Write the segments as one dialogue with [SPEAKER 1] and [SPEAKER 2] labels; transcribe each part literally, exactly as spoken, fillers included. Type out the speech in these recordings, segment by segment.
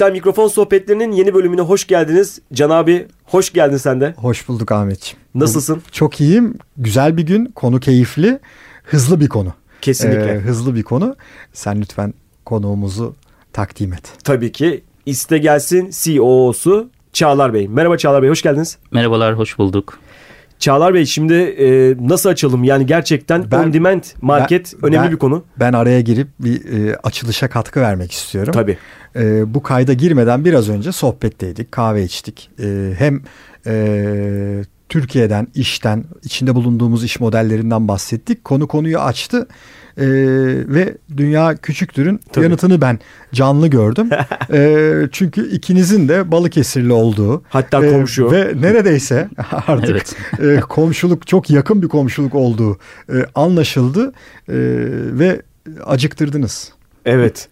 [SPEAKER 1] Dijital Mikrofon Sohbetlerinin yeni bölümüne hoş geldiniz. Can abi, hoş geldin sen de.
[SPEAKER 2] Hoş bulduk Ahmetciğim.
[SPEAKER 1] Nasılsın?
[SPEAKER 2] Çok iyiyim. Güzel bir gün. Konu keyifli. Hızlı bir konu.
[SPEAKER 1] Kesinlikle.
[SPEAKER 2] Ee, hızlı bir konu. Sen lütfen konuğumuzu takdim et.
[SPEAKER 1] Tabii ki. İste Gelsin C E O'su Çağlar Bey. Merhaba Çağlar Bey, hoş geldiniz.
[SPEAKER 3] Merhabalar, hoş bulduk.
[SPEAKER 1] Çağlar Bey, şimdi e, nasıl açalım? Yani gerçekten ben, on demand market ben, önemli
[SPEAKER 2] ben,
[SPEAKER 1] bir konu.
[SPEAKER 2] Ben araya girip bir e, açılışa katkı vermek istiyorum.
[SPEAKER 1] Tabii.
[SPEAKER 2] E, bu kayda girmeden biraz önce sohbetteydik, kahve içtik. E, hem e, Türkiye'den, işten, içinde bulunduğumuz iş modellerinden bahsettik. Konu konuyu açtı. Ee, ve Dünya Küçüktür'ün Tabii. yanıtını ben canlı gördüm. ee, çünkü ikinizin de Balıkesirli olduğu.
[SPEAKER 1] Hatta e, komşu.
[SPEAKER 2] Ve neredeyse artık evet. e, komşuluk, çok yakın bir komşuluk olduğu e, anlaşıldı. E, ve acıktırdınız.
[SPEAKER 1] Evet.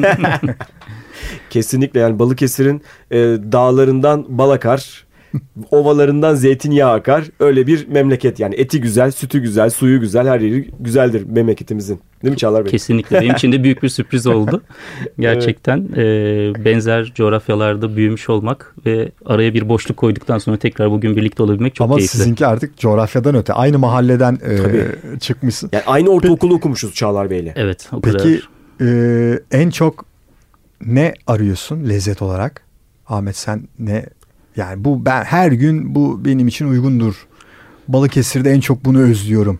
[SPEAKER 1] Kesinlikle, yani Balıkesir'in e, dağlarından bal akar. Ovalarından zeytinyağı akar. Öyle bir memleket yani. Eti güzel, sütü güzel, suyu güzel, her yeri güzeldir memleketimizin. Değil mi Çağlar Bey?
[SPEAKER 3] Kesinlikle. Benim için de büyük bir sürpriz oldu. Gerçekten evet. e, benzer coğrafyalarda büyümüş olmak ve araya bir boşluk koyduktan sonra tekrar bugün birlikte olabilmek çok
[SPEAKER 2] Ama
[SPEAKER 3] keyifli.
[SPEAKER 2] Ama sizinki artık coğrafyadan öte. Aynı mahalleden e, çıkmışsın.
[SPEAKER 1] Yani aynı ortaokulu Peki, okumuşuz Çağlar Bey'le.
[SPEAKER 3] Evet, o
[SPEAKER 2] Peki,
[SPEAKER 3] kadar.
[SPEAKER 2] Peki e, en çok ne arıyorsun lezzet olarak? Ahmet, sen ne... Yani bu ben her gün bu benim için uygundur. Balıkesir'de en çok bunu özlüyorum.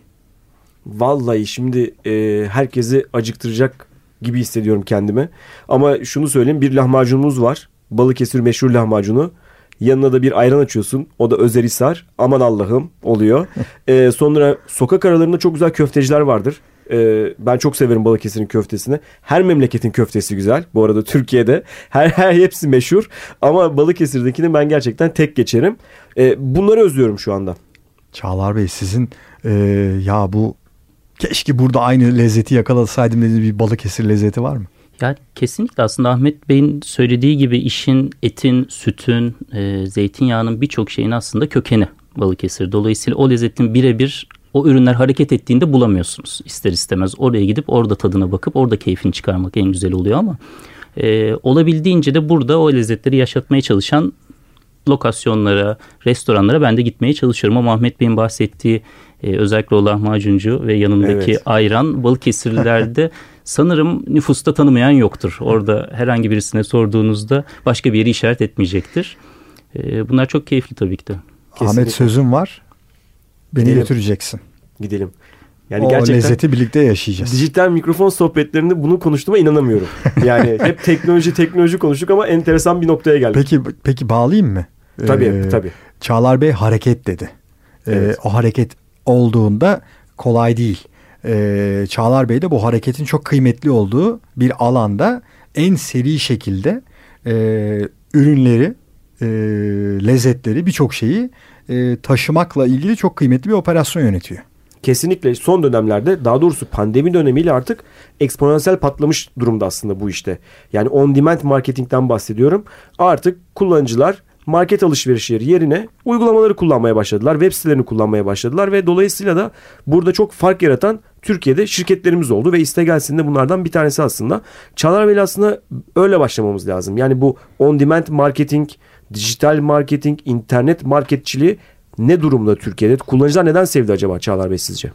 [SPEAKER 1] Vallahi şimdi e, herkesi acıktıracak gibi hissediyorum kendimi. Ama şunu söyleyeyim, bir lahmacunumuz var. Balıkesir meşhur lahmacunu. Yanına da bir ayran açıyorsun. O da Özelhisar. Aman Allah'ım oluyor. e, sonra sokak aralarında çok güzel köfteciler vardır. Ee, ben çok severim Balıkesir'in köftesini. Her memleketin köftesi güzel. Bu arada Türkiye'de her her hepsi meşhur. Ama Balıkesir'dekini ben gerçekten tek geçerim. Ee, bunları özlüyorum şu anda.
[SPEAKER 2] Çağlar Bey, sizin e, ya bu keşke burada aynı lezzeti yakalasaydım dediğiniz bir Balıkesir lezzeti var mı?
[SPEAKER 3] Ya kesinlikle, aslında Ahmet Bey'in söylediği gibi işin, etin, sütün, e, zeytinyağının birçok şeyin aslında kökeni Balıkesir. Dolayısıyla o lezzetin birebir o ürünler hareket ettiğinde bulamıyorsunuz ister istemez. Oraya gidip orada tadına bakıp orada keyfini çıkarmak en güzel oluyor ama e, olabildiğince de burada o lezzetleri yaşatmaya çalışan lokasyonlara, restoranlara ben de gitmeye çalışıyorum. Ama Ahmet Bey'in bahsettiği e, özellikle o lahmacuncu ve yanındaki evet. ayran Balıkesirlilerde sanırım nüfusta tanımayan yoktur. Orada herhangi birisine sorduğunuzda başka bir yeri işaret etmeyecektir. E, bunlar çok keyifli tabii ki de.
[SPEAKER 2] Kesinlikle. Ahmet, sözüm var. Beni
[SPEAKER 1] Gidelim.
[SPEAKER 2] götüreceksin.
[SPEAKER 1] Gidelim. Yani
[SPEAKER 2] o
[SPEAKER 1] gerçekten
[SPEAKER 2] lezzeti birlikte yaşayacağız.
[SPEAKER 1] Dijital mikrofon sohbetlerinde bunu konuştuğuma inanamıyorum. Yani hep teknoloji teknoloji konuştuk ama enteresan bir noktaya geldik.
[SPEAKER 2] Peki peki bağlayayım mı?
[SPEAKER 1] Tabii
[SPEAKER 2] ee,
[SPEAKER 1] tabii.
[SPEAKER 2] Çağlar Bey hareket dedi. Ee,
[SPEAKER 1] evet.
[SPEAKER 2] O hareket olduğunda kolay değil. Ee, Çağlar Bey de bu hareketin çok kıymetli olduğu bir alanda en seri şekilde e, ürünleri, e, lezzetleri, birçok şeyi e, taşımakla ilgili çok kıymetli bir operasyon yönetiyor.
[SPEAKER 1] Kesinlikle son dönemlerde, daha doğrusu pandemi dönemiyle artık eksponansiyel patlamış durumda aslında bu işte. Yani on demand marketingten bahsediyorum. Artık kullanıcılar market alışverişleri yerine uygulamaları kullanmaya başladılar. Web sitelerini kullanmaya başladılar ve dolayısıyla da burada çok fark yaratan Türkiye'de şirketlerimiz oldu ve İste Gelsin de bunlardan bir tanesi aslında. Çağlar Bey'le aslında öyle başlamamız lazım. Yani bu on demand marketing, dijital marketing, internet marketçiliği ne durumda Türkiye'de? Kullanıcılar neden sevdi acaba Çağlar Bey sizce?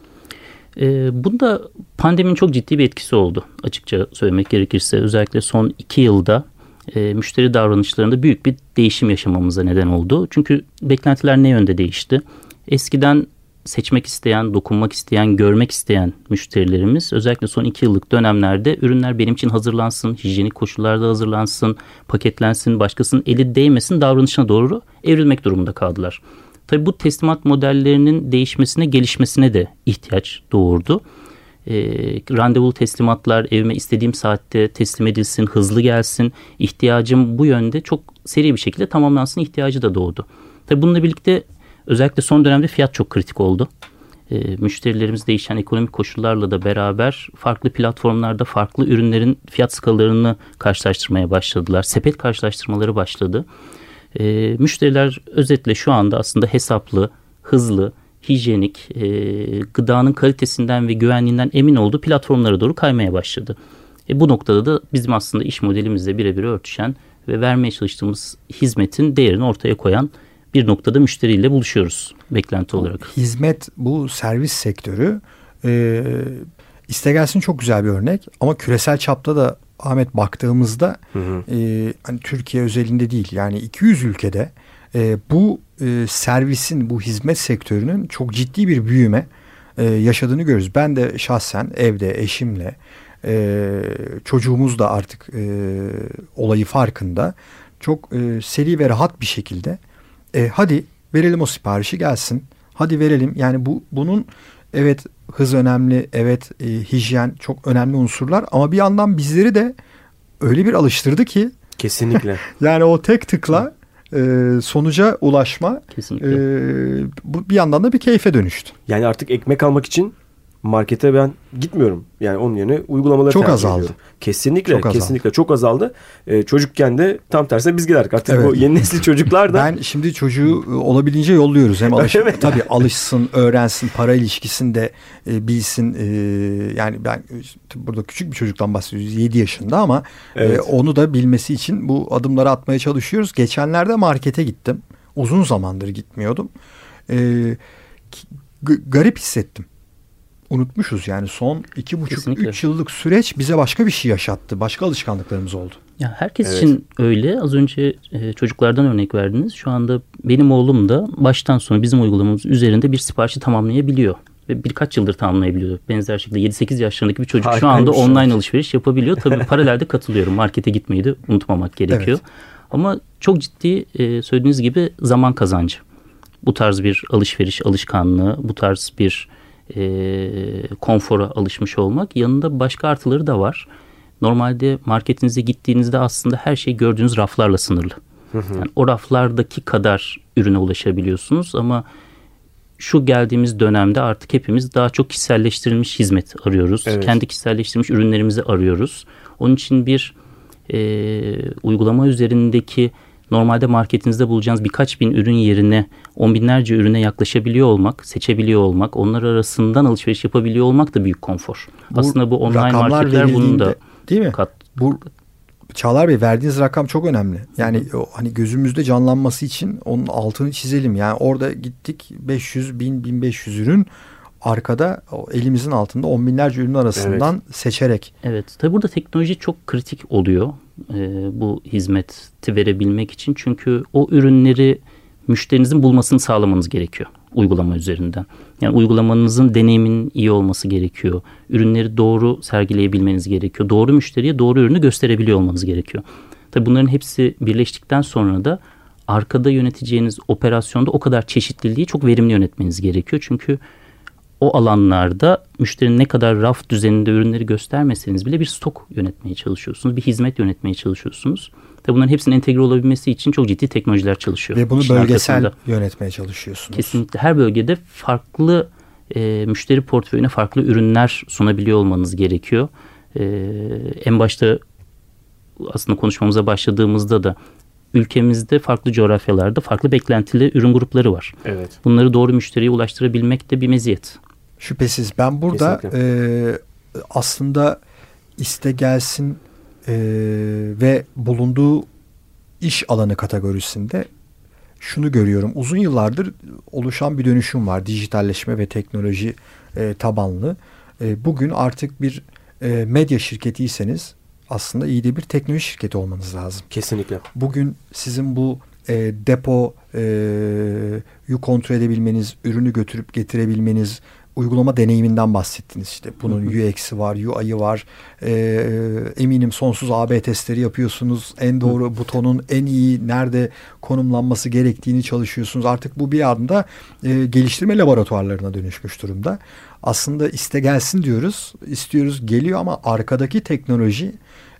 [SPEAKER 3] Ee, bunda pandeminin çok ciddi bir etkisi oldu açıkça söylemek gerekirse. Özellikle son iki yılda e, müşteri davranışlarında büyük bir değişim yaşamamıza neden oldu. Çünkü beklentiler ne yönde değişti? Eskiden seçmek isteyen, dokunmak isteyen, görmek isteyen müşterilerimiz özellikle son iki yıllık dönemlerde ürünler benim için hazırlansın, hijyenik koşullarda hazırlansın, paketlensin, başkasının eli değmesin davranışına doğru evrilmek durumunda kaldılar. Tabii bu teslimat modellerinin değişmesine, gelişmesine de ihtiyaç doğurdu. E, randevulu teslimatlar, evime istediğim saatte teslim edilsin, hızlı gelsin, ihtiyacım bu yönde çok seri bir şekilde tamamlansın ihtiyacı da doğdu. Tabii bununla birlikte özellikle son dönemde fiyat çok kritik oldu. E, müşterilerimiz değişen ekonomik koşullarla da beraber farklı platformlarda farklı ürünlerin fiyat skalalarını karşılaştırmaya başladılar. Sepet karşılaştırmaları başladı. E, müşteriler özetle şu anda aslında hesaplı, hızlı, hijyenik, e, gıdanın kalitesinden ve güvenliğinden emin olduğu platformlara doğru kaymaya başladı. E, bu noktada da bizim aslında iş modelimizle birebir örtüşen ve vermeye çalıştığımız hizmetin değerini ortaya koyan bir noktada müşteriyle buluşuyoruz beklenti olarak.
[SPEAKER 2] Hizmet, bu servis sektörü e, İstegelsin çok güzel bir örnek ama küresel çapta da Ahmet baktığımızda hı hı. E, hani Türkiye özelinde değil, yani iki yüz ülkede e, bu e, servisin, bu hizmet sektörünün çok ciddi bir büyüme e, yaşadığını görüyoruz. Ben de şahsen evde eşimle, e, çocuğumuz da artık e, olayı farkında, çok e, seri ve rahat bir şekilde e, hadi verelim o siparişi gelsin, hadi verelim. Yani bu bunun evet hız önemli, evet e, hijyen çok önemli unsurlar ama bir yandan bizleri de öyle bir alıştırdı ki
[SPEAKER 1] kesinlikle.
[SPEAKER 2] Yani o tek tıkla e, sonuca ulaşma e, bu bir yandan da bir keyfe dönüştü.
[SPEAKER 1] Yani artık ekmek almak için markete ben gitmiyorum. Yani onun yerine uygulamaları
[SPEAKER 2] çok
[SPEAKER 1] tercih
[SPEAKER 2] azaldı.
[SPEAKER 1] ediyorum. Kesinlikle,
[SPEAKER 2] çok
[SPEAKER 1] kesinlikle
[SPEAKER 2] azaldı.
[SPEAKER 1] çok azaldı. Ee, çocukken de tam tersine biz giderdik. Artık
[SPEAKER 2] evet.
[SPEAKER 1] bu yeni nesil çocuklar da.
[SPEAKER 2] Ben şimdi çocuğu olabildiğince yolluyoruz. Hem alış
[SPEAKER 1] evet.
[SPEAKER 2] tabii alışsın, öğrensin, para ilişkisini de e, bilsin. E, yani ben burada küçük bir çocuktan bahsediyoruz, yedi yaşında ama evet. e, onu da bilmesi için bu adımları atmaya çalışıyoruz. Geçenlerde markete gittim. Uzun zamandır gitmiyordum. E, g- garip hissettim. Unutmuşuz yani son iki buçuk üç yıllık süreç bize başka bir şey yaşattı. Başka alışkanlıklarımız oldu.
[SPEAKER 3] Ya herkes
[SPEAKER 1] evet.
[SPEAKER 3] için öyle. Az önce e, çocuklardan örnek verdiniz. Şu anda benim oğlum da baştan sona bizim uygulamamız üzerinde bir siparişi tamamlayabiliyor. Ve birkaç yıldır tamamlayabiliyor. Benzer şekilde yedi sekiz yaşlarındaki bir çocuk Harika şu anda online şey. alışveriş yapabiliyor. Tabii paralelde katılıyorum. Markete gitmeyi de unutmamak gerekiyor. Evet. Ama çok ciddi e, söylediğiniz gibi zaman kazancı. Bu tarz bir alışveriş alışkanlığı, bu tarz bir E, konfora alışmış olmak, yanında başka artıları da var. Normalde marketinize gittiğinizde aslında her şey gördüğünüz raflarla sınırlı. Hı hı. Yani o raflardaki kadar ürüne ulaşabiliyorsunuz ama şu geldiğimiz dönemde artık hepimiz daha çok kişiselleştirilmiş hizmet arıyoruz. Evet. Kendi kişiselleştirilmiş ürünlerimizi arıyoruz. Onun için bir e, uygulama üzerindeki normalde marketinizde bulacağınız birkaç bin ürün yerine on binlerce ürüne yaklaşabiliyor olmak, seçebiliyor olmak, onlar arasından alışveriş yapabiliyor olmak da büyük konfor. Bu Aslında bu online marketler bunun da
[SPEAKER 2] değil mi? Kat, bu Çağlar Bey, verdiğiniz rakam çok önemli. Yani o, hani gözümüzde canlanması için onun altını çizelim. Yani orada gittik beş yüz bin bin beş yüz ürün, arkada o elimizin altında on binlerce ürün arasından evet. seçerek.
[SPEAKER 3] Evet. Tabii burada teknoloji çok kritik oluyor. Ee, bu hizmeti verebilmek için. Çünkü o ürünleri müşterinizin bulmasını sağlamanız gerekiyor uygulama üzerinden. Yani uygulamanızın deneyiminin iyi olması gerekiyor. Ürünleri doğru sergileyebilmeniz gerekiyor. Doğru müşteriye doğru ürünü gösterebiliyor olmanız gerekiyor. Tabii bunların hepsi birleştikten sonra da arkada yöneteceğiniz operasyonda o kadar çeşitliliği çok verimli yönetmeniz gerekiyor. Çünkü o alanlarda müşterinin ne kadar raf düzeninde ürünleri göstermeseniz bile bir stok yönetmeye çalışıyorsunuz. Bir hizmet yönetmeye çalışıyorsunuz. Tabii bunların hepsinin entegre olabilmesi için çok ciddi teknolojiler çalışıyor.
[SPEAKER 2] Ve bunu bölgesel arkasında yönetmeye çalışıyorsunuz.
[SPEAKER 3] Kesinlikle. Her bölgede farklı e, müşteri portföyüne farklı ürünler sunabiliyor olmanız gerekiyor. E, en başta aslında konuşmamıza başladığımızda da ülkemizde farklı coğrafyalarda farklı beklentili ürün grupları var. Evet. Bunları doğru müşteriye ulaştırabilmek de bir meziyet.
[SPEAKER 2] Şüphesiz. Ben burada e, aslında İstegelsin e, ve bulunduğu iş alanı kategorisinde şunu görüyorum. Uzun yıllardır oluşan bir dönüşüm var. Dijitalleşme ve teknoloji e, tabanlı. E, bugün artık bir e, medya şirketiyseniz aslında iyi de bir teknoloji şirketi olmanız lazım.
[SPEAKER 1] Kesinlikle.
[SPEAKER 2] Bugün sizin bu e, depo e, yu kontrol edebilmeniz, ürünü götürüp getirebilmeniz, uygulama deneyiminden bahsettiniz işte. Bunun U X'i var, U I'ı var. E, eminim sonsuz A B testleri yapıyorsunuz. En doğru Hı. butonun en iyi nerede konumlanması gerektiğini çalışıyorsunuz. Artık bu bir anda e, geliştirme laboratuvarlarına dönüşmüş durumda. Aslında iste gelsin diyoruz, istiyoruz geliyor ama arkadaki teknoloji,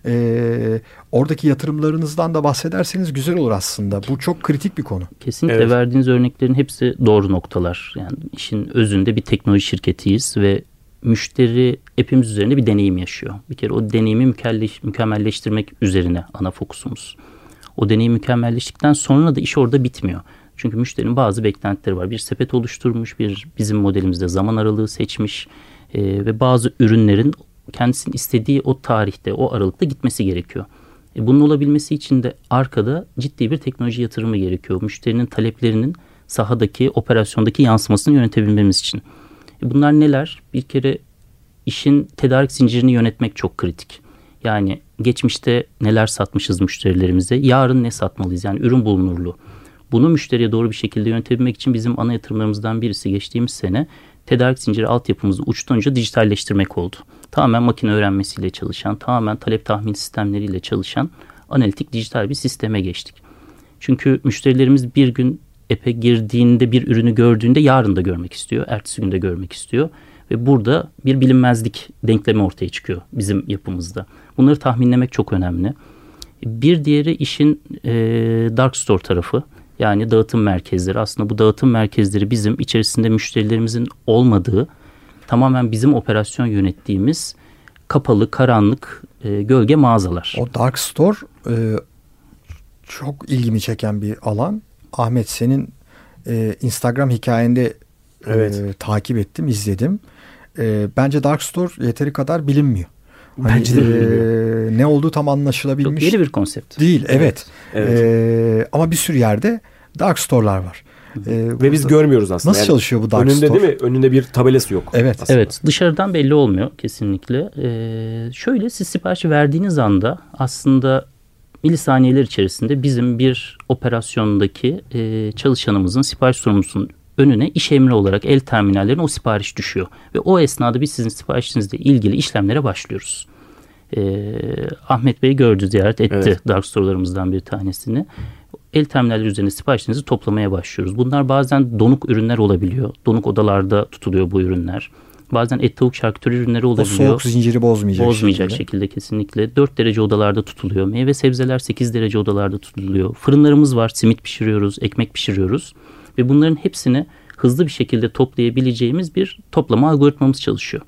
[SPEAKER 2] e, oradaki yatırımlarınızdan da bahsederseniz güzel olur aslında. Bu çok kritik bir konu.
[SPEAKER 3] Kesinlikle
[SPEAKER 1] evet.
[SPEAKER 3] Verdiğiniz örneklerin hepsi doğru noktalar. Yani işin özünde bir teknoloji şirketiyiz ve müşteri hepimiz üzerinde bir deneyim yaşıyor. Bir kere o deneyimi mükemmelleştirmek üzerine ana fokusumuz. O deneyim mükemmelleştikten sonra da iş orada bitmiyor. Çünkü müşterinin bazı beklentileri var. Bir sepet oluşturmuş, bir bizim modelimizde zaman aralığı seçmiş e, ve bazı ürünlerin kendisinin istediği o tarihte, o aralıkta gitmesi gerekiyor. E bunun olabilmesi için de arkada ciddi bir teknoloji yatırımı gerekiyor. Müşterinin taleplerinin sahadaki, operasyondaki yansımasını yönetebilmemiz için. E bunlar neler? Bir kere işin tedarik zincirini yönetmek çok kritik. Yani geçmişte neler satmışız müşterilerimize, yarın ne satmalıyız? Yani ürün bulunurluğu. Bunu müşteriye doğru bir şekilde yönetebilmek için bizim ana yatırımlarımızdan birisi geçtiğimiz sene tedarik zinciri altyapımızı uçtan uca dijitalleştirmek oldu. Tamamen makine öğrenmesiyle çalışan, tamamen talep tahmin sistemleriyle çalışan analitik dijital bir sisteme geçtik. Çünkü müşterilerimiz bir gün app'e girdiğinde bir ürünü gördüğünde yarın da görmek istiyor, ertesi gün de görmek istiyor. Ve burada bir bilinmezlik denklemi ortaya çıkıyor bizim yapımızda. Bunları tahminlemek çok önemli. Bir diğeri işin e, dark store tarafı. Yani dağıtım merkezleri. Aslında bu dağıtım merkezleri bizim içerisinde müşterilerimizin olmadığı, tamamen bizim operasyon yönettiğimiz kapalı, karanlık, e, gölge mağazalar.
[SPEAKER 2] O dark store e, çok ilgimi çeken bir alan. Ahmet, senin e, Instagram hikayende evet. e, takip ettim, izledim. E, bence dark store yeteri kadar bilinmiyor. Hani,
[SPEAKER 1] bence de bilinmiyor.
[SPEAKER 2] E, ne olduğu tam anlaşılabilmiş.
[SPEAKER 3] Çok yeni bir konsept.
[SPEAKER 2] Değil, evet.
[SPEAKER 1] evet. evet.
[SPEAKER 2] E, ama bir sürü yerde dark store'lar var.
[SPEAKER 1] Ee, Ve biz görmüyoruz aslında.
[SPEAKER 2] Nasıl yani çalışıyor bu dark
[SPEAKER 1] önünde
[SPEAKER 2] store?
[SPEAKER 1] Değil mi? Önünde bir tabelası yok.
[SPEAKER 2] Evet.
[SPEAKER 3] Aslında. Evet. Dışarıdan belli olmuyor kesinlikle. Ee, şöyle siz siparişi verdiğiniz anda aslında milisaniyeler içerisinde bizim bir operasyondaki e, çalışanımızın, sipariş sorumlusunun önüne iş emri olarak el terminallerine o sipariş düşüyor. Ve o esnada biz sizin siparişinizle ilgili işlemlere başlıyoruz. Ee, Ahmet Bey gördü, ziyaret etti evet. dark store'larımızdan bir tanesini. El terminalleri üzerinde siparişlerinizi toplamaya başlıyoruz. Bunlar bazen donuk ürünler olabiliyor. Donuk odalarda tutuluyor bu ürünler. Bazen et, tavuk, şarküteri ürünleri olabiliyor.
[SPEAKER 2] O soğuk zinciri bozmayacak,
[SPEAKER 3] bozmayacak şekilde. şekilde kesinlikle. dört derece odalarda tutuluyor. Meyve sebzeler sekiz derece odalarda tutuluyor. Fırınlarımız var. Simit pişiriyoruz, ekmek pişiriyoruz. Ve bunların hepsini hızlı bir şekilde toplayabileceğimiz bir toplama algoritmamız çalışıyor.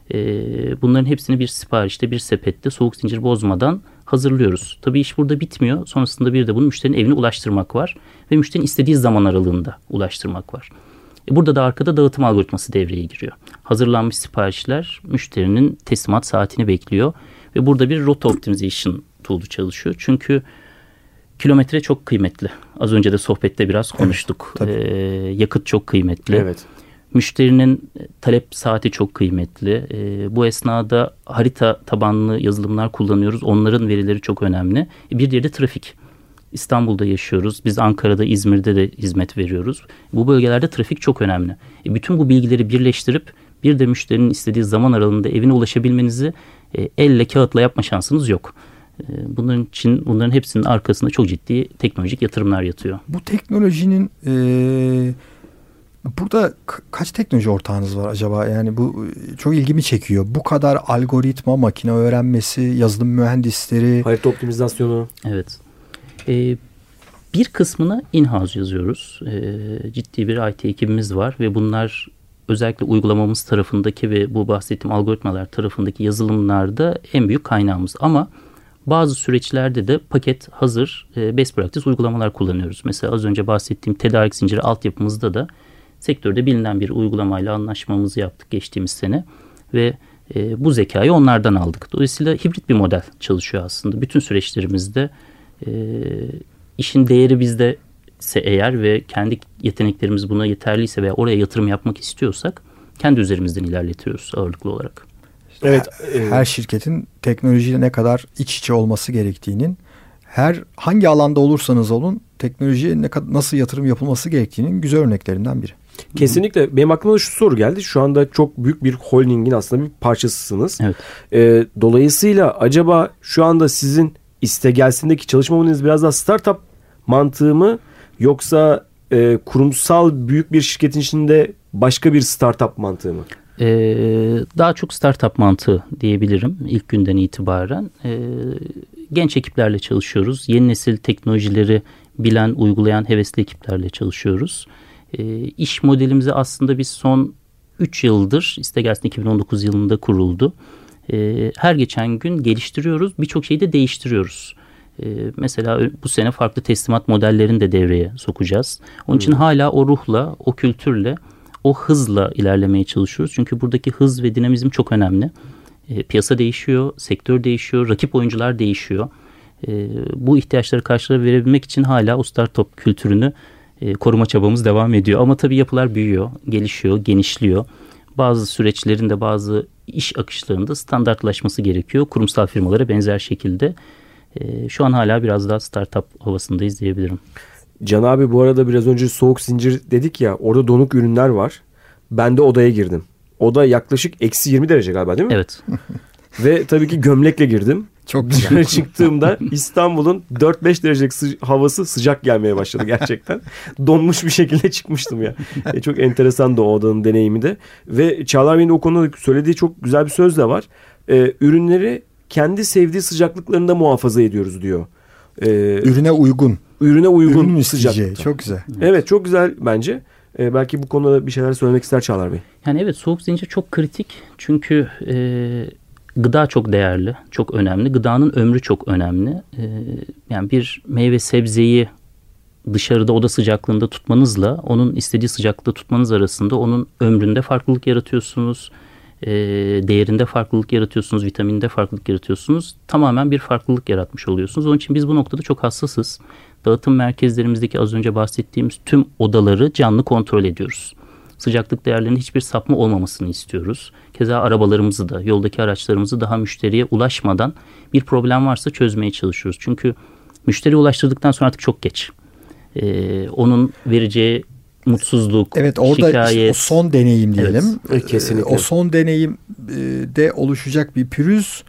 [SPEAKER 3] Bunların hepsini bir siparişte, bir sepette soğuk zincir bozmadan hazırlıyoruz. Tabii iş burada bitmiyor. Sonrasında bir de bunu müşterinin evine ulaştırmak var. Ve müşterinin istediği zaman aralığında ulaştırmak var. Burada da arkada dağıtım algoritması devreye giriyor. Hazırlanmış siparişler müşterinin teslimat saatini bekliyor. Ve burada bir rota optimization tool'u çalışıyor. Çünkü kilometre çok kıymetli. Az önce de sohbette biraz konuştuk. Evet, ee, yakıt çok kıymetli.
[SPEAKER 1] Evet.
[SPEAKER 3] Müşterinin talep saati çok kıymetli. E, bu esnada harita tabanlı yazılımlar kullanıyoruz. Onların verileri çok önemli. E, bir diğeri de trafik. İstanbul'da yaşıyoruz. Biz Ankara'da, İzmir'de de hizmet veriyoruz. Bu bölgelerde trafik çok önemli. E, bütün bu bilgileri birleştirip bir de müşterinin istediği zaman aralığında evine ulaşabilmenizi e, elle kağıtla yapma şansınız yok. E, bunların için bunların hepsinin arkasında çok ciddi teknolojik yatırımlar yatıyor.
[SPEAKER 2] Bu teknolojinin e... Burada kaç teknoloji ortağınız var acaba? Yani bu çok ilgimi çekiyor. Bu kadar algoritma, makine öğrenmesi, yazılım mühendisleri.
[SPEAKER 1] Harita optimizasyonu.
[SPEAKER 3] Evet. Ee, bir kısmını in-house yazıyoruz. Ee, ciddi bir I T ekibimiz var ve bunlar özellikle uygulamamız tarafındaki ve bu bahsettiğim algoritmalar tarafındaki yazılımlarda en büyük kaynağımız. Ama bazı süreçlerde de paket hazır best practice uygulamalar kullanıyoruz. Mesela az önce bahsettiğim tedarik zinciri altyapımızda da sektörde bilinen bir uygulamayla anlaşmamızı yaptık geçtiğimiz sene ve e, bu zekayı onlardan aldık. Dolayısıyla hibrit bir model çalışıyor aslında. Bütün süreçlerimizde e, işin değeri bizde ise eğer ve kendi yeteneklerimiz buna yeterliyse veya oraya yatırım yapmak istiyorsak kendi üzerimizden ilerletiyoruz ağırlıklı olarak.
[SPEAKER 2] Evet, her, her şirketin teknolojiyle ne kadar iç içe olması gerektiğinin, her hangi alanda olursanız olun teknolojiye ne kadar, nasıl yatırım yapılması gerektiğinin güzel örneklerinden biri.
[SPEAKER 1] Kesinlikle. Benim aklıma da şu soru geldi. Şu anda çok büyük bir holdingin aslında bir parçasısınız.
[SPEAKER 3] Evet.
[SPEAKER 1] Ee, dolayısıyla acaba şu anda sizin İstegelsin'deki çalışma modeliniz biraz daha startup mantığı mı, yoksa e, kurumsal büyük bir şirketin içinde başka bir startup mantığı mı?
[SPEAKER 3] Ee, daha çok startup mantığı diyebilirim ilk günden itibaren. Ee, genç ekiplerle çalışıyoruz. Yeni nesil teknolojileri bilen, uygulayan hevesli ekiplerle çalışıyoruz. E, iş modelimizi aslında biz son üç yıldır, İstegelsin iki bin on dokuz yılında kuruldu. E, her geçen gün geliştiriyoruz. Birçok şeyi de değiştiriyoruz. E, mesela bu sene farklı teslimat modellerini de devreye sokacağız. Onun hmm. için hala o ruhla, o kültürle, o hızla ilerlemeye çalışıyoruz. Çünkü buradaki hız ve dinamizm çok önemli. E, piyasa değişiyor, sektör değişiyor, rakip oyuncular değişiyor. E, bu ihtiyaçları karşılayabilmek için hala o startup kültürünü e, koruma çabamız devam ediyor. Ama tabii yapılar büyüyor, gelişiyor, genişliyor. Bazı süreçlerin de bazı iş akışlarında standartlaşması gerekiyor. Kurumsal firmalara benzer şekilde. E, şu an hala biraz daha startup havasındayız diyebilirim.
[SPEAKER 1] Can abi bu arada biraz önce soğuk zincir dedik ya, orada donuk ürünler var. Ben de odaya girdim. Oda yaklaşık eksi yirmi derece galiba değil mi?
[SPEAKER 3] Evet.
[SPEAKER 1] Ve tabii ki gömlekle girdim.
[SPEAKER 2] Çok
[SPEAKER 1] Dışarı çıktığımda İstanbul'un dört beş derecelik sı- havası sıcak gelmeye başladı gerçekten. Donmuş bir şekilde çıkmıştım ya. E, çok enteresan da o odanın deneyimi de. Ve Çağlar Bey'in o konuda söylediği çok güzel bir söz de var. E, ürünleri kendi sevdiği sıcaklıklarında muhafaza ediyoruz diyor. E,
[SPEAKER 2] Ürüne uygun.
[SPEAKER 1] Ürüne uygun
[SPEAKER 2] Ürünün
[SPEAKER 1] sıcaklıkta.
[SPEAKER 2] isteyeceği. Çok güzel.
[SPEAKER 1] Evet, çok güzel bence. E, belki bu konuda bir şeyler söylemek ister Çağlar Bey.
[SPEAKER 3] Yani evet, soğuk zincir çok kritik. Çünkü e, gıda çok değerli, çok önemli. Gıdanın ömrü çok önemli. E, yani bir meyve sebzeyi dışarıda oda sıcaklığında tutmanızla onun istediği sıcaklıkta tutmanız arasında onun ömründe farklılık yaratıyorsunuz. E, değerinde farklılık yaratıyorsunuz. Vitaminde farklılık yaratıyorsunuz. Tamamen bir farklılık yaratmış oluyorsunuz. Onun için biz bu noktada çok hassasız. Dağıtım merkezlerimizdeki az önce bahsettiğimiz tüm odaları canlı kontrol ediyoruz. Sıcaklık değerlerinin hiçbir sapma olmamasını istiyoruz. Keza arabalarımızı da, yoldaki araçlarımızı daha müşteriye ulaşmadan bir problem varsa çözmeye çalışıyoruz. Çünkü müşteriye ulaştırdıktan sonra artık çok geç. Ee, onun vereceği mutsuzluk,
[SPEAKER 2] evet, orada
[SPEAKER 3] şikayet.
[SPEAKER 2] Işte o son deneyim diyelim.
[SPEAKER 1] Evet, kesinlikle.
[SPEAKER 2] O son deneyimde oluşacak bir pürüz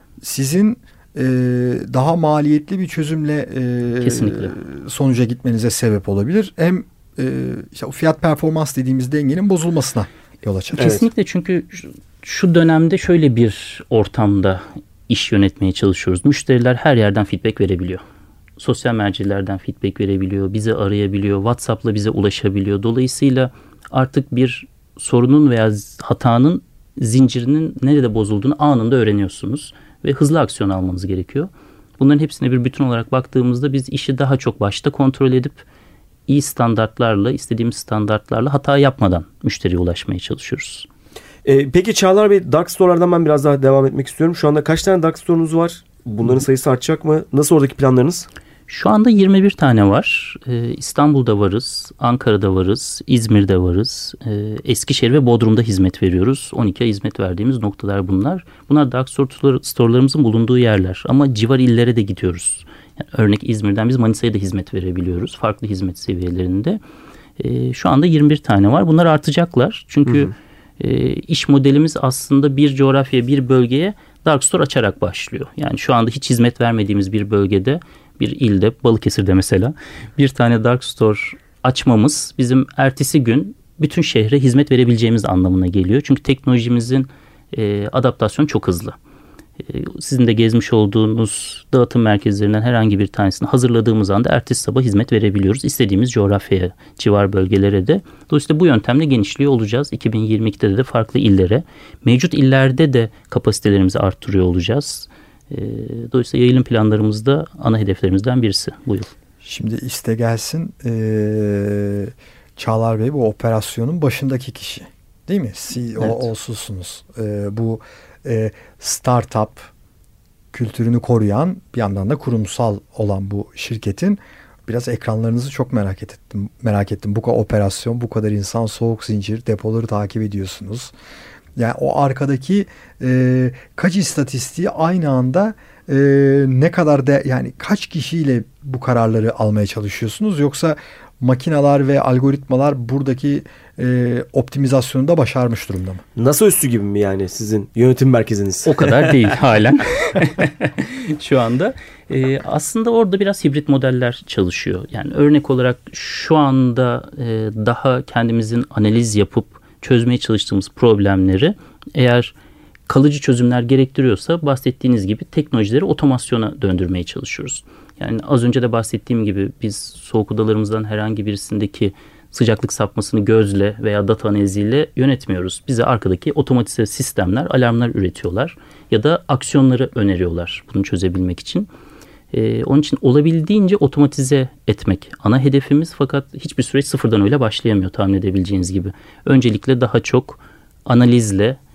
[SPEAKER 2] sizin e, daha maliyetli bir çözümle e,
[SPEAKER 3] Kesinlikle.
[SPEAKER 2] sonuca gitmenize sebep olabilir. Hem e, işte o fiyat performans dediğimiz dengenin bozulmasına yol açar.
[SPEAKER 1] Evet.
[SPEAKER 3] Kesinlikle, çünkü şu dönemde şöyle bir ortamda iş yönetmeye çalışıyoruz. Müşteriler her yerden feedback verebiliyor. Sosyal mercilerden feedback verebiliyor, bizi arayabiliyor, WhatsApp'la bize ulaşabiliyor. Dolayısıyla artık bir sorunun veya hatanın zincirinin nerede bozulduğunu anında öğreniyorsunuz ve hızlı aksiyon almanız gerekiyor. Bunların hepsine bir bütün olarak baktığımızda biz işi daha çok başta kontrol edip iyi standartlarla, istediğimiz standartlarla hata yapmadan müşteriye ulaşmaya çalışıyoruz.
[SPEAKER 1] Ee, peki Çağlar Bey, Dark Store'lardan ben biraz daha devam etmek istiyorum. Şu anda kaç tane Dark Store'unuz var? Bunların sayısı artacak mı? Nasıl oradaki planlarınız?
[SPEAKER 3] Şu anda yirmi bir tane var. Ee, İstanbul'da varız, Ankara'da varız, İzmir'de varız. Ee, Eskişehir ve Bodrum'da hizmet veriyoruz. on iki ay hizmet verdiğimiz noktalar bunlar. Bunlar Dark Store store'larımızın bulunduğu yerler. Ama civar illere de gidiyoruz. Yani örnek İzmir'den biz Manisa'ya da hizmet verebiliyoruz. Farklı hizmet seviyelerinde. Ee, şu anda yirmi bir tane var. Bunlar artacaklar. Çünkü hı hı. E, iş modelimiz aslında bir coğrafyaya, bir bölgeye Dark Store açarak başlıyor. Yani şu anda hiç hizmet vermediğimiz bir bölgede, bir ilde, Balıkesir'de mesela bir tane Dark Store açmamız bizim ertesi gün bütün şehre hizmet verebileceğimiz anlamına geliyor. Çünkü teknolojimizin e, adaptasyonu çok hızlı. E, sizin de gezmiş olduğunuz dağıtım merkezlerinden herhangi bir tanesini hazırladığımız anda ertesi sabah hizmet verebiliyoruz. İstediğimiz coğrafyaya, civar bölgelere de. Dolayısıyla bu yöntemle genişliyor olacağız. iki bin yirmi ikide de farklı illere, mevcut illerde de kapasitelerimizi arttırıyor olacağız. E, dolayısıyla yayılım planlarımızda ana hedeflerimizden birisi bu yıl.
[SPEAKER 2] Şimdi iste gelsin ee, Çağlar Bey bu operasyonun başındaki kişi değil mi? C E O evet. olsunuz. E, bu e, startup kültürünü koruyan, bir yandan da kurumsal olan bu şirketin biraz ekranlarınızı çok merak ettim. Merak ettim. Bu kadar operasyon, bu kadar insan, soğuk zincir, depoları takip ediyorsunuz. Yani o arkadaki e, kaç istatistiği aynı anda e, ne kadar da yani kaç kişiyle bu kararları almaya çalışıyorsunuz, yoksa makineler ve algoritmalar buradaki e, optimizasyonu da başarmış durumda mı? NASA
[SPEAKER 1] üstü gibi mi yani sizin yönetim merkeziniz?
[SPEAKER 3] O kadar değil halen. Şu anda e, aslında orada biraz hibrit modeller çalışıyor. Yani örnek olarak şu anda e, daha kendimizin analiz yapıp çözmeye çalıştığımız problemleri eğer kalıcı çözümler gerektiriyorsa bahsettiğiniz gibi teknolojileri otomasyona döndürmeye çalışıyoruz. Yani az önce de bahsettiğim gibi biz soğuk odalarımızdan herhangi birisindeki sıcaklık sapmasını gözle veya data analiziyle yönetmiyoruz. Bize arkadaki otomatize sistemler, alarmlar üretiyorlar ya da aksiyonları öneriyorlar bunu çözebilmek için. Ee, onun için olabildiğince otomatize etmek ana hedefimiz, fakat hiçbir süreç sıfırdan öyle başlayamıyor tahmin edebileceğiniz gibi. Öncelikle daha çok analizle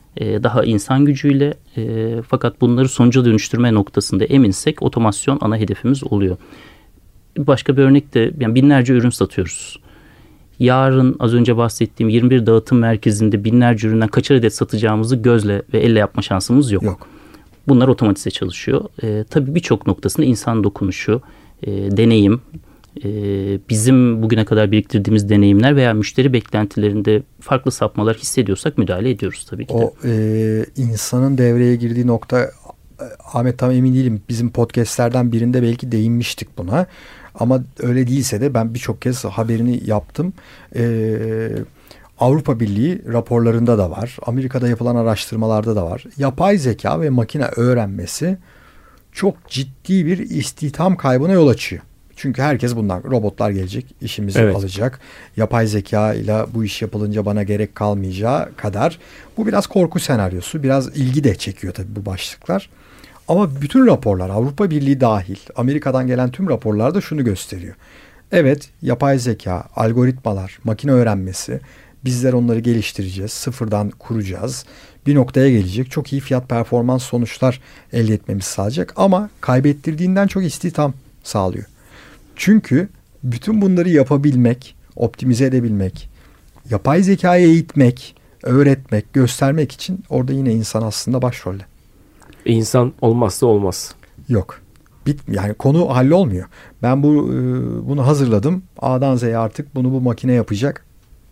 [SPEAKER 3] e, daha insan gücüyle e, fakat bunları sonuca dönüştürme noktasında eminsek otomasyon ana hedefimiz oluyor. Başka bir örnek de yani binlerce ürün satıyoruz. Yarın az önce bahsettiğim yirmi bir dağıtım merkezinde binlerce üründen kaçar adet satacağımızı gözle ve elle yapma şansımız yok.
[SPEAKER 2] Yok.
[SPEAKER 3] Bunlar otomatize çalışıyor. E, tabii birçok noktasında insan dokunuşu, e, deneyim, e, bizim bugüne kadar biriktirdiğimiz deneyimler veya müşteri beklentilerinde farklı sapmalar hissediyorsak müdahale ediyoruz tabii ki de.
[SPEAKER 2] O e, insanın devreye girdiği nokta, Ahmet tam emin değilim. Bizim podcastlerden birinde belki değinmiştik buna. Ama öyle değilse de ben birçok kez haberini yaptım. Ee, Avrupa Birliği raporlarında da var. Amerika'da yapılan araştırmalarda da var. Yapay zeka ve makine öğrenmesi çok ciddi bir istihdam kaybına yol açıyor. Çünkü herkes bundan, robotlar gelecek, işimizi evet. alacak. Yapay zeka ile bu iş yapılınca bana gerek kalmayacağı kadar. Bu biraz korku senaryosu. Biraz ilgi de çekiyor tabii bu başlıklar. Ama bütün raporlar, Avrupa Birliği dahil, Amerika'dan gelen tüm raporlar da şunu gösteriyor. Evet, yapay zeka, algoritmalar, makine öğrenmesi, bizler onları geliştireceğiz, sıfırdan kuracağız. Bir noktaya gelecek, çok iyi fiyat performans sonuçlar elde etmemiz sağlayacak. Ama kaybettirdiğinden çok istihdam sağlıyor. Çünkü bütün bunları yapabilmek, optimize edebilmek, yapay zekayı eğitmek, öğretmek, göstermek için orada yine insan aslında başrolde.
[SPEAKER 1] İnsan olmazsa olmaz.
[SPEAKER 2] Yok. Bit yani konu hallolmuyor. Ben bu bunu hazırladım. A'dan Z'ye artık bunu bu makine yapacak.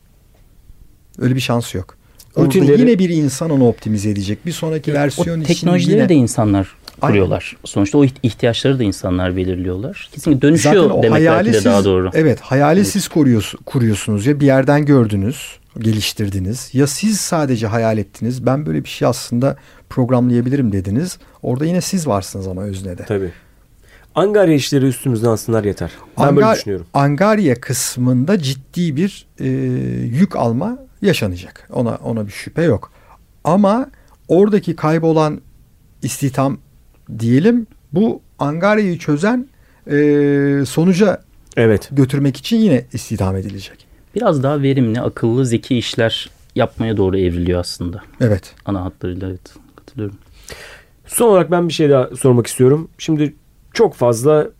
[SPEAKER 2] Öyle bir şans yok. Orada Rutinleri... yine bir insan onu optimize edecek. Bir sonraki e, versiyon için
[SPEAKER 3] teknolojileri
[SPEAKER 2] yine...
[SPEAKER 3] de insanlar kuruyorlar. Aynen. Sonuçta o ihtiyaçları da insanlar belirliyorlar. Kesinlikle dönüşüyor demek belki de siz, daha doğru.
[SPEAKER 2] Evet, hayali evet. siz kuruyorsunuz, kuruyorsunuz ya bir yerden gördünüz, geliştirdiniz. Ya siz sadece hayal ettiniz. Ben böyle bir şey aslında programlayabilirim dediniz. Orada yine siz varsınız ama öznede.
[SPEAKER 1] Tabii. Angarya işleri üstümüzden alsınlar yeter. Ben Angar, böyle düşünüyorum.
[SPEAKER 2] Angarya kısmında ciddi bir e, yük alma yaşanacak. Ona ona bir şüphe yok. Ama oradaki kaybolan istihdam diyelim, bu Angarya'yı çözen e, sonuca evet. götürmek için yine istihdam edilecek.
[SPEAKER 3] Biraz daha verimli, akıllı, zeki işler yapmaya doğru evriliyor aslında.
[SPEAKER 2] Evet.
[SPEAKER 3] Ana hatlarıyla evet. Katılıyorum.
[SPEAKER 1] Son olarak ben bir şey daha sormak istiyorum. Şimdi çok fazla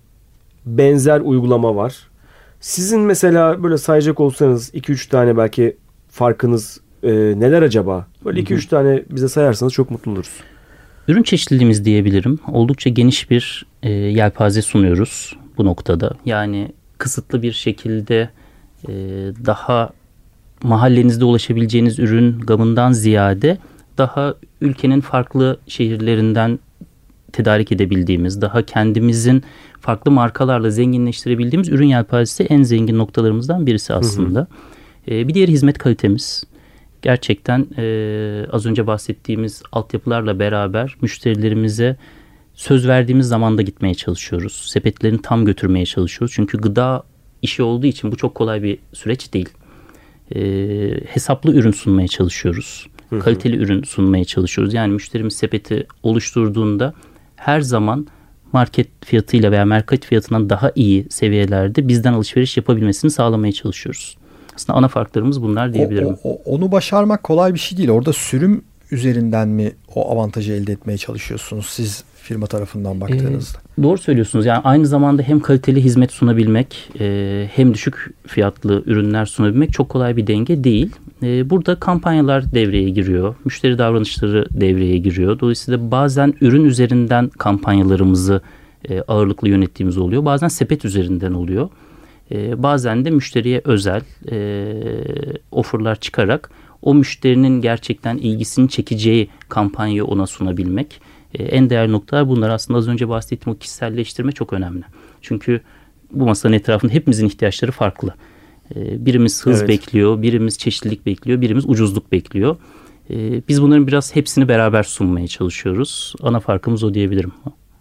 [SPEAKER 1] benzer uygulama var. Sizin mesela böyle sayacak olsanız iki üç tane belki farkınız e, neler acaba? Böyle iki üç tane bize sayarsanız çok mutlu oluruz.
[SPEAKER 3] Ürün çeşitliliğimiz diyebilirim. Oldukça geniş bir e, yelpaze sunuyoruz bu noktada. Yani kısıtlı bir şekilde e, daha mahallenizde ulaşabileceğiniz ürün gamından ziyade daha ülkenin farklı şehirlerinden tedarik edebildiğimiz, daha kendimizin farklı markalarla zenginleştirebildiğimiz ürün yelpazesi en zengin noktalarımızdan birisi aslında. Hı hı. E, bir diğeri hizmet kalitemiz. Gerçekten e, az önce bahsettiğimiz altyapılarla beraber müşterilerimize söz verdiğimiz zamanda gitmeye çalışıyoruz. Sepetlerini tam götürmeye çalışıyoruz. Çünkü gıda işi olduğu için bu çok kolay bir süreç değil. E, hesaplı ürün sunmaya çalışıyoruz. Hı hı. Kaliteli ürün sunmaya çalışıyoruz. Yani müşterimiz sepeti oluşturduğunda her zaman market fiyatıyla veya market fiyatından daha iyi seviyelerde bizden alışveriş yapabilmesini sağlamaya çalışıyoruz. Aslında ana farklarımız bunlar diyebilirim.
[SPEAKER 2] O, o, onu başarmak kolay bir şey değil. Orada sürüm üzerinden mi o avantajı elde etmeye çalışıyorsunuz siz firma tarafından baktığınızda?
[SPEAKER 3] Ee, doğru söylüyorsunuz. Yani aynı zamanda hem kaliteli hizmet sunabilmek e, hem düşük fiyatlı ürünler sunabilmek çok kolay bir denge değil. E, burada kampanyalar devreye giriyor. Müşteri davranışları devreye giriyor. Dolayısıyla bazen ürün üzerinden kampanyalarımızı e, ağırlıklı yönettiğimiz oluyor. Bazen sepet üzerinden oluyor. E, bazen de müşteriye özel e, offerlar çıkarak o müşterinin gerçekten ilgisini çekeceği kampanyayı ona sunabilmek. E, en değerli noktalar bunlar. Aslında az önce bahsettiğim o kişiselleştirme çok önemli. Çünkü bu masanın etrafında hepimizin ihtiyaçları farklı. E, birimiz hız evet. bekliyor, birimiz çeşitlilik bekliyor, birimiz ucuzluk bekliyor. E, biz bunların biraz hepsini beraber sunmaya çalışıyoruz. Ana farkımız o diyebilirim.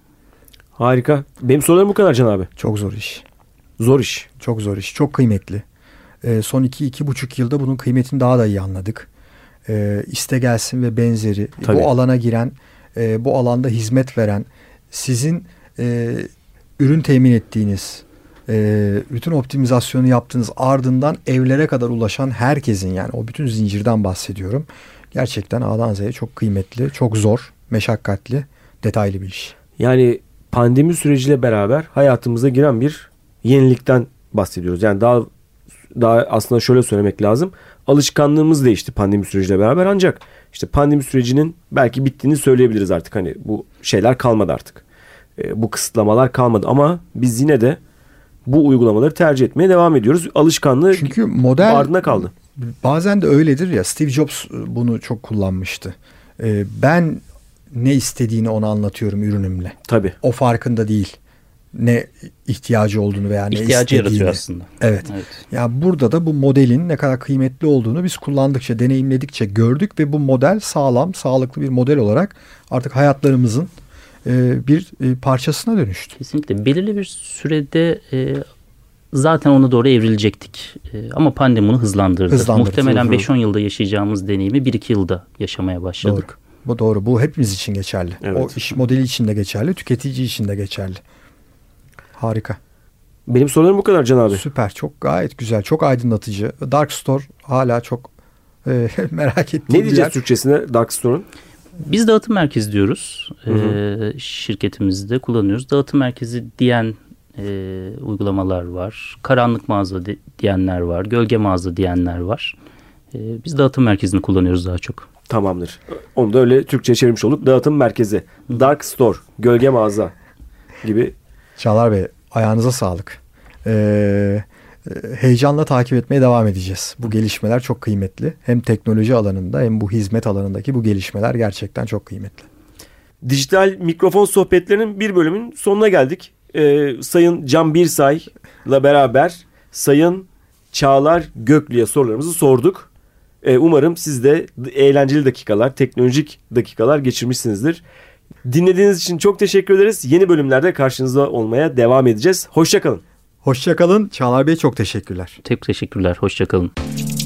[SPEAKER 1] Harika. Benim sorularım bu kadar Can abi.
[SPEAKER 2] Çok zor iş.
[SPEAKER 1] Zor iş.
[SPEAKER 2] Çok zor iş. Çok kıymetli. Ee, son iki, iki buçuk yılda bunun kıymetini daha da iyi anladık. Ee, iste gelsin ve benzeri. Tabii. Bu alana giren, e, bu alanda hizmet veren, sizin e, ürün temin ettiğiniz e, bütün optimizasyonu yaptığınız, ardından evlere kadar ulaşan herkesin, yani o bütün zincirden bahsediyorum. Gerçekten A'dan Z'ye çok kıymetli, çok zor, meşakkatli, detaylı bir iş.
[SPEAKER 1] Yani pandemi süreciyle beraber hayatımıza giren bir yenilikten bahsediyoruz. Yani daha daha aslında şöyle söylemek lazım. Alışkanlığımız değişti pandemi süreciyle beraber, ancak işte pandemi sürecinin belki bittiğini söyleyebiliriz artık. Hani bu şeyler kalmadı artık. E, bu kısıtlamalar kalmadı ama biz yine de bu uygulamaları tercih etmeye devam ediyoruz. Alışkanlığı
[SPEAKER 2] Çünkü model
[SPEAKER 1] ardına kaldı.
[SPEAKER 2] Bazen de öyledir ya. Steve Jobs bunu çok kullanmıştı. E, ben ne istediğini ona anlatıyorum ürünümle.
[SPEAKER 1] Tabii.
[SPEAKER 2] O farkında değil. Ne ihtiyacı olduğunu veya ne
[SPEAKER 3] İhtiyacı
[SPEAKER 2] istediğini.
[SPEAKER 3] yaratıyor aslında.
[SPEAKER 2] Evet.
[SPEAKER 3] Evet.
[SPEAKER 2] Ya burada da bu modelin ne kadar kıymetli olduğunu biz kullandıkça, deneyimledikçe gördük ve bu model sağlam, sağlıklı bir model olarak artık hayatlarımızın e, bir e, parçasına dönüştü.
[SPEAKER 3] Kesinlikle. Belirli bir sürede e, zaten ona doğru evrilecektik. E, ama pandemi bunu hızlandırdı.
[SPEAKER 2] Hızlandırdı.
[SPEAKER 3] Muhtemelen beş on yılda yaşayacağımız deneyimi bir iki yılda yaşamaya başladık.
[SPEAKER 2] Doğru. Bu doğru. Bu hepimiz için geçerli.
[SPEAKER 1] Evet.
[SPEAKER 2] O iş modeli için de geçerli, tüketici için de geçerli. Harika.
[SPEAKER 1] Benim sorularım bu kadar Can abi.
[SPEAKER 2] Süper. Çok gayet güzel. Çok aydınlatıcı. Dark Store hala çok e, merak ettiğim
[SPEAKER 1] Ne
[SPEAKER 2] bir
[SPEAKER 1] diyeceğiz
[SPEAKER 2] yer.
[SPEAKER 1] Türkçesine Dark Store'un?
[SPEAKER 3] Biz dağıtım merkezi diyoruz.
[SPEAKER 1] Hı hı.
[SPEAKER 3] E, şirketimizde kullanıyoruz. Dağıtım merkezi diyen e, uygulamalar var. Karanlık mağaza de, diyenler var. Gölge mağaza diyenler var. E, biz dağıtım merkezini kullanıyoruz daha çok.
[SPEAKER 1] Tamamdır. Onu da öyle Türkçe'ye çevirmiş olduk. Dağıtım merkezi. Dark Store. Gölge mağaza gibi.
[SPEAKER 2] Çağlar Bey, ayağınıza sağlık. Ee, heyecanla takip etmeye devam edeceğiz. Bu gelişmeler çok kıymetli. Hem teknoloji alanında hem bu hizmet alanındaki bu gelişmeler gerçekten çok kıymetli.
[SPEAKER 1] Dijital mikrofon sohbetlerinin bir bölümün sonuna geldik. Ee, Sayın Can Birsay'la beraber Sayın Çağlar Göklü'ye sorularımızı sorduk. Ee, umarım siz de eğlenceli dakikalar, teknolojik dakikalar geçirmişsinizdir. Dinlediğiniz için çok teşekkür ederiz. Yeni bölümlerde karşınızda olmaya devam edeceğiz. Hoşça kalın.
[SPEAKER 2] Hoşça kalın. Çağlar Bey, çok teşekkürler.
[SPEAKER 3] Çok teşekkürler. Hoşça kalın.